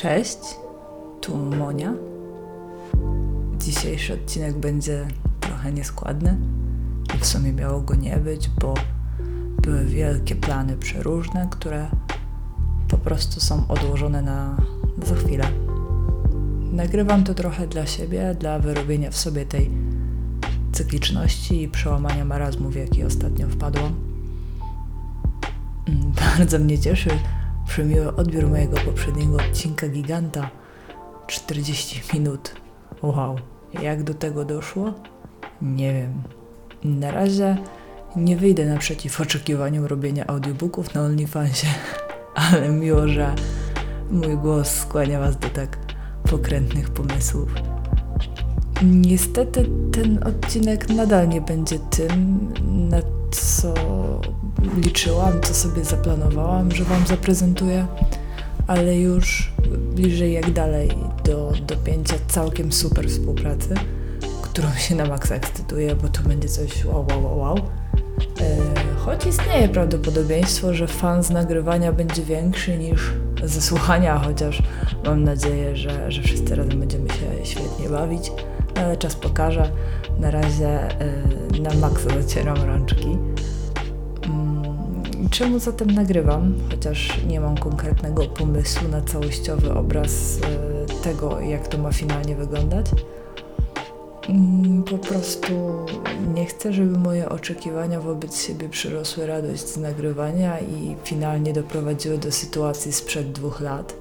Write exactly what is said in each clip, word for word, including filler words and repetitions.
Cześć, tu Monia. Dzisiejszy odcinek będzie trochę nieskładny i w sumie miało go nie być, bo były wielkie plany przeróżne, które po prostu są odłożone na za chwilę. Nagrywam to trochę dla siebie, dla wyrobienia w sobie tej cykliczności i przełamania marazmu, w jaki ostatnio wpadłam. Bardzo mnie cieszy przemiły odbiór mojego poprzedniego odcinka Giganta. czterdzieści minut. Wow. Jak do tego doszło? Nie wiem. Na razie nie wyjdę naprzeciw oczekiwaniom robienia audiobooków na OnlyFansie, ale miło, że mój głos skłania was do tak pokrętnych pomysłów. Niestety ten odcinek nadal nie będzie tym, na co liczyłam, co sobie zaplanowałam, że wam zaprezentuję, ale już bliżej jak dalej do dopięcia całkiem super współpracy, którą się na maksa ekscytuję, bo to będzie coś wow, wow, wow, wow. Choć istnieje prawdopodobieństwo, że fan z nagrywania będzie większy niż ze słuchania, chociaż mam nadzieję, że, że wszyscy razem będziemy się świetnie bawić, ale czas pokaże. Na razie yy, na maksa zacieram rączki. Yy, czemu zatem nagrywam? Chociaż nie mam konkretnego pomysłu na całościowy obraz yy, tego, jak to ma finalnie wyglądać. Po prostu nie chcę, żeby moje oczekiwania wobec siebie przyrosły radość z nagrywania i finalnie doprowadziły do sytuacji sprzed dwóch lat,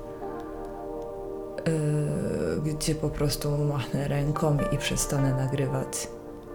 yy, gdzie po prostu machnę ręką i przestanę nagrywać.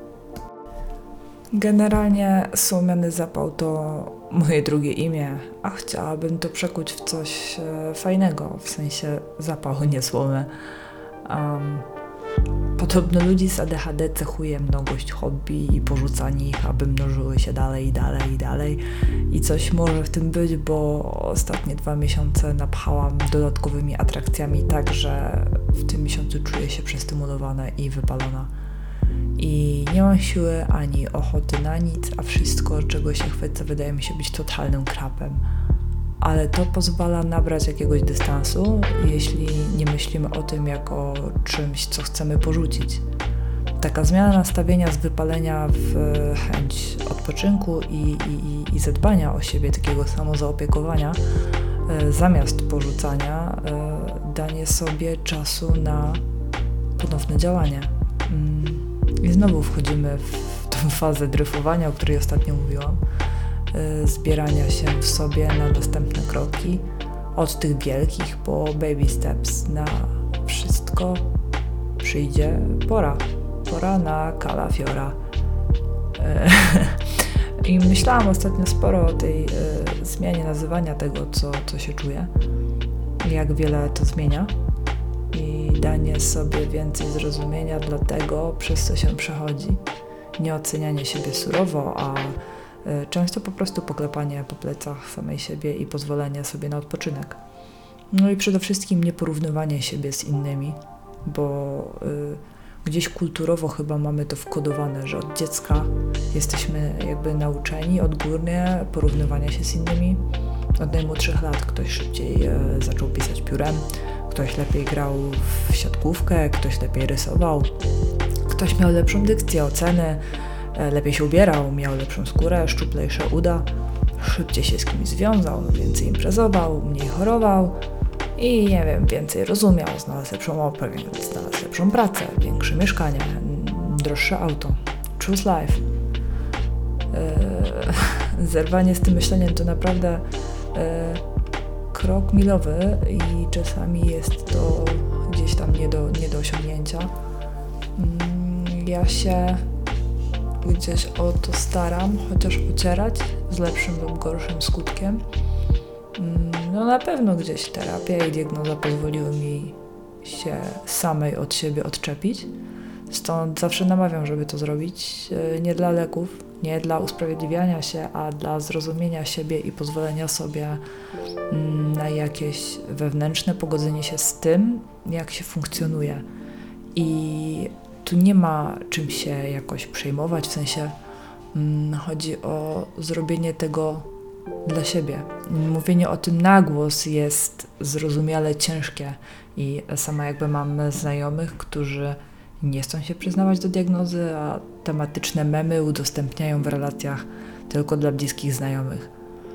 Generalnie Słomiany Zapał to moje drugie imię, a chciałabym to przekuć w coś e, fajnego, w sensie zapału, nie słomy. Um, Podobno ludzi z A D H D cechuje mnogość hobby i porzucanie ich, aby mnożyły się dalej i dalej i dalej. I coś może w tym być, bo ostatnie dwa miesiące napchałam dodatkowymi atrakcjami tak, że w tym miesiącu czuję się przestymulowana i wypalona. I nie mam siły ani ochoty na nic, a wszystko, czego się chwycę, wydaje mi się być totalnym krapem. Ale to pozwala nabrać jakiegoś dystansu, jeśli nie myślimy o tym jako czymś, co chcemy porzucić. Taka zmiana nastawienia z wypalenia w chęć odpoczynku i, i, i zadbania o siebie, takiego samozaopiekowania, e, zamiast porzucania, e, danie sobie czasu na ponowne działanie. Mm. I znowu wchodzimy w tą fazę dryfowania, o której ostatnio mówiłam. Zbierania się w sobie na następne kroki, od tych wielkich po baby steps. Na wszystko przyjdzie pora. Pora na kalafiora. I myślałam ostatnio sporo o tej e, zmianie nazywania tego, co, co się czuje, jak wiele to zmienia i danie sobie więcej zrozumienia dla tego, przez co się przechodzi. Nie ocenianie siebie surowo, a często po prostu poklepanie po plecach samej siebie i pozwolenie sobie na odpoczynek. No i przede wszystkim nie porównywanie siebie z innymi, bo y, gdzieś kulturowo chyba mamy to wkodowane, że od dziecka jesteśmy jakby nauczeni odgórnie porównywania się z innymi. Od najmłodszych lat ktoś szybciej y, zaczął pisać piórem, ktoś lepiej grał w siatkówkę, ktoś lepiej rysował, ktoś miał lepszą dykcję, oceny, lepiej się ubierał, miał lepszą skórę, szczuplejsze uda, szybciej się z kimś związał, więcej imprezował, mniej chorował i nie wiem, więcej rozumiał, znalazł lepszą opę, więc znalazł lepszą pracę, większe mieszkanie, droższe auto. Choose life. Eee, zerwanie z tym myśleniem to naprawdę eee, krok milowy i czasami jest to gdzieś tam nie do, nie do osiągnięcia. Mm, ja się gdzieś o to staram, chociaż ocierać z lepszym lub gorszym skutkiem. No na pewno gdzieś terapia i diagnoza pozwoliły mi się samej od siebie odczepić. Stąd zawsze namawiam, żeby to zrobić. Nie dla leków, nie dla usprawiedliwiania się, a dla zrozumienia siebie i pozwolenia sobie na jakieś wewnętrzne pogodzenie się z tym, jak się funkcjonuje. I tu nie ma czym się jakoś przejmować, w sensie mm, chodzi o zrobienie tego dla siebie. Mówienie o tym na głos jest zrozumiale ciężkie i sama jakby mam znajomych, którzy nie chcą się przyznawać do diagnozy, a tematyczne memy udostępniają w relacjach tylko dla bliskich znajomych.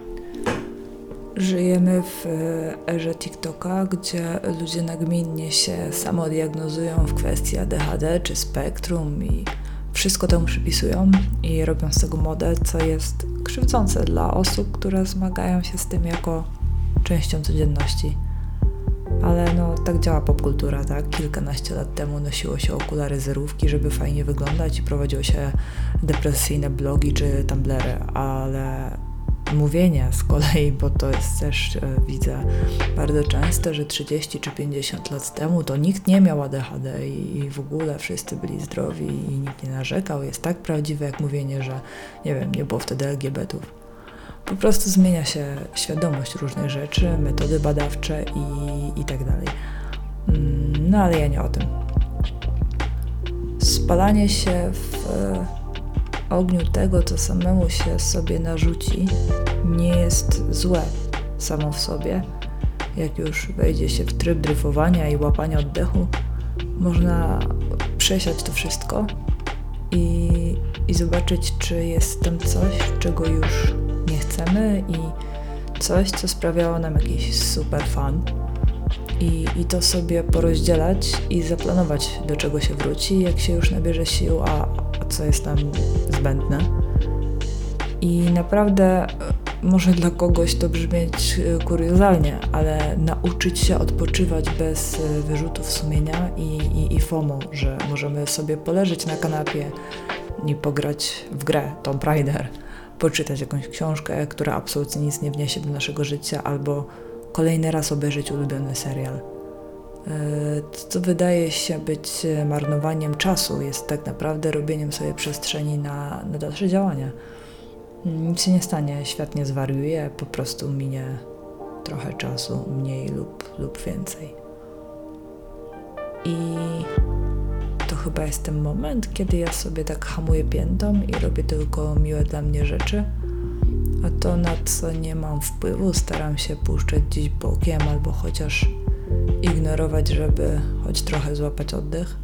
Żyjemy w erze TikToka, gdzie ludzie nagminnie się samodiagnozują w kwestii A D H D czy spektrum i wszystko temu przypisują i robią z tego modę, co jest krzywdzące dla osób, które zmagają się z tym jako częścią codzienności. Ale no tak działa popkultura, tak? Kilkanaście lat temu nosiło się okulary zerówki, żeby fajnie wyglądać i prowadziło się depresyjne blogi czy tumblery, ale mówienie z kolei, bo to jest też, widzę bardzo często, że trzydzieści czy pięćdziesiąt lat temu to nikt nie miał A D H D i w ogóle wszyscy byli zdrowi i nikt nie narzekał, jest tak prawdziwe jak mówienie, że nie wiem, nie było wtedy L G B T ów. Po prostu zmienia się świadomość różnych rzeczy, metody badawcze i, i tak dalej. No ale ja nie o tym. Spalanie się w ogniu tego, co samemu się sobie narzuci, nie jest złe samo w sobie. Jak już wejdzie się w tryb dryfowania i łapania oddechu, można przesiać to wszystko i, i zobaczyć, czy jest tam coś, czego już nie chcemy i coś, co sprawiało nam jakiś super fan. I, I to sobie porozdzielać i zaplanować, do czego się wróci, jak się już nabierze sił, a, a co jest nam zbędne. I naprawdę może dla kogoś to brzmieć kuriozalnie, ale nauczyć się odpoczywać bez wyrzutów sumienia i, i, i FOMO, że możemy sobie poleżeć na kanapie i pograć w grę Tomb Raider, poczytać jakąś książkę, która absolutnie nic nie wniesie do naszego życia, albo kolejny raz obejrzeć ulubiony serial. To, co wydaje się być marnowaniem czasu, jest tak naprawdę robieniem sobie przestrzeni na, na dalsze działania. Nic się nie stanie, świat nie zwariuje, po prostu minie trochę czasu, mniej lub, lub więcej. I to chyba jest ten moment, kiedy ja sobie tak hamuję piętą i robię tylko miłe dla mnie rzeczy, a to, na co nie mam wpływu, staram się puszczać gdzieś bokiem albo chociaż ignorować, żeby choć trochę złapać oddech.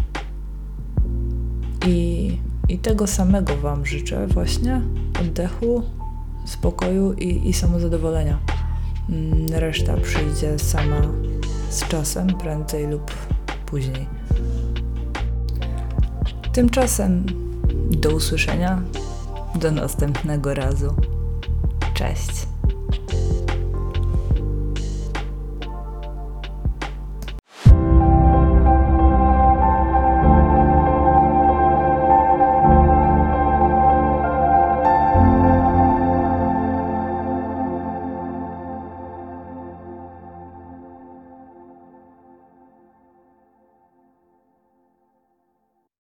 I, i tego samego Wam życzę właśnie, oddechu, spokoju i, i samozadowolenia. Reszta przyjdzie sama z czasem, prędzej lub później. Tymczasem do usłyszenia, do następnego razu. Cześć!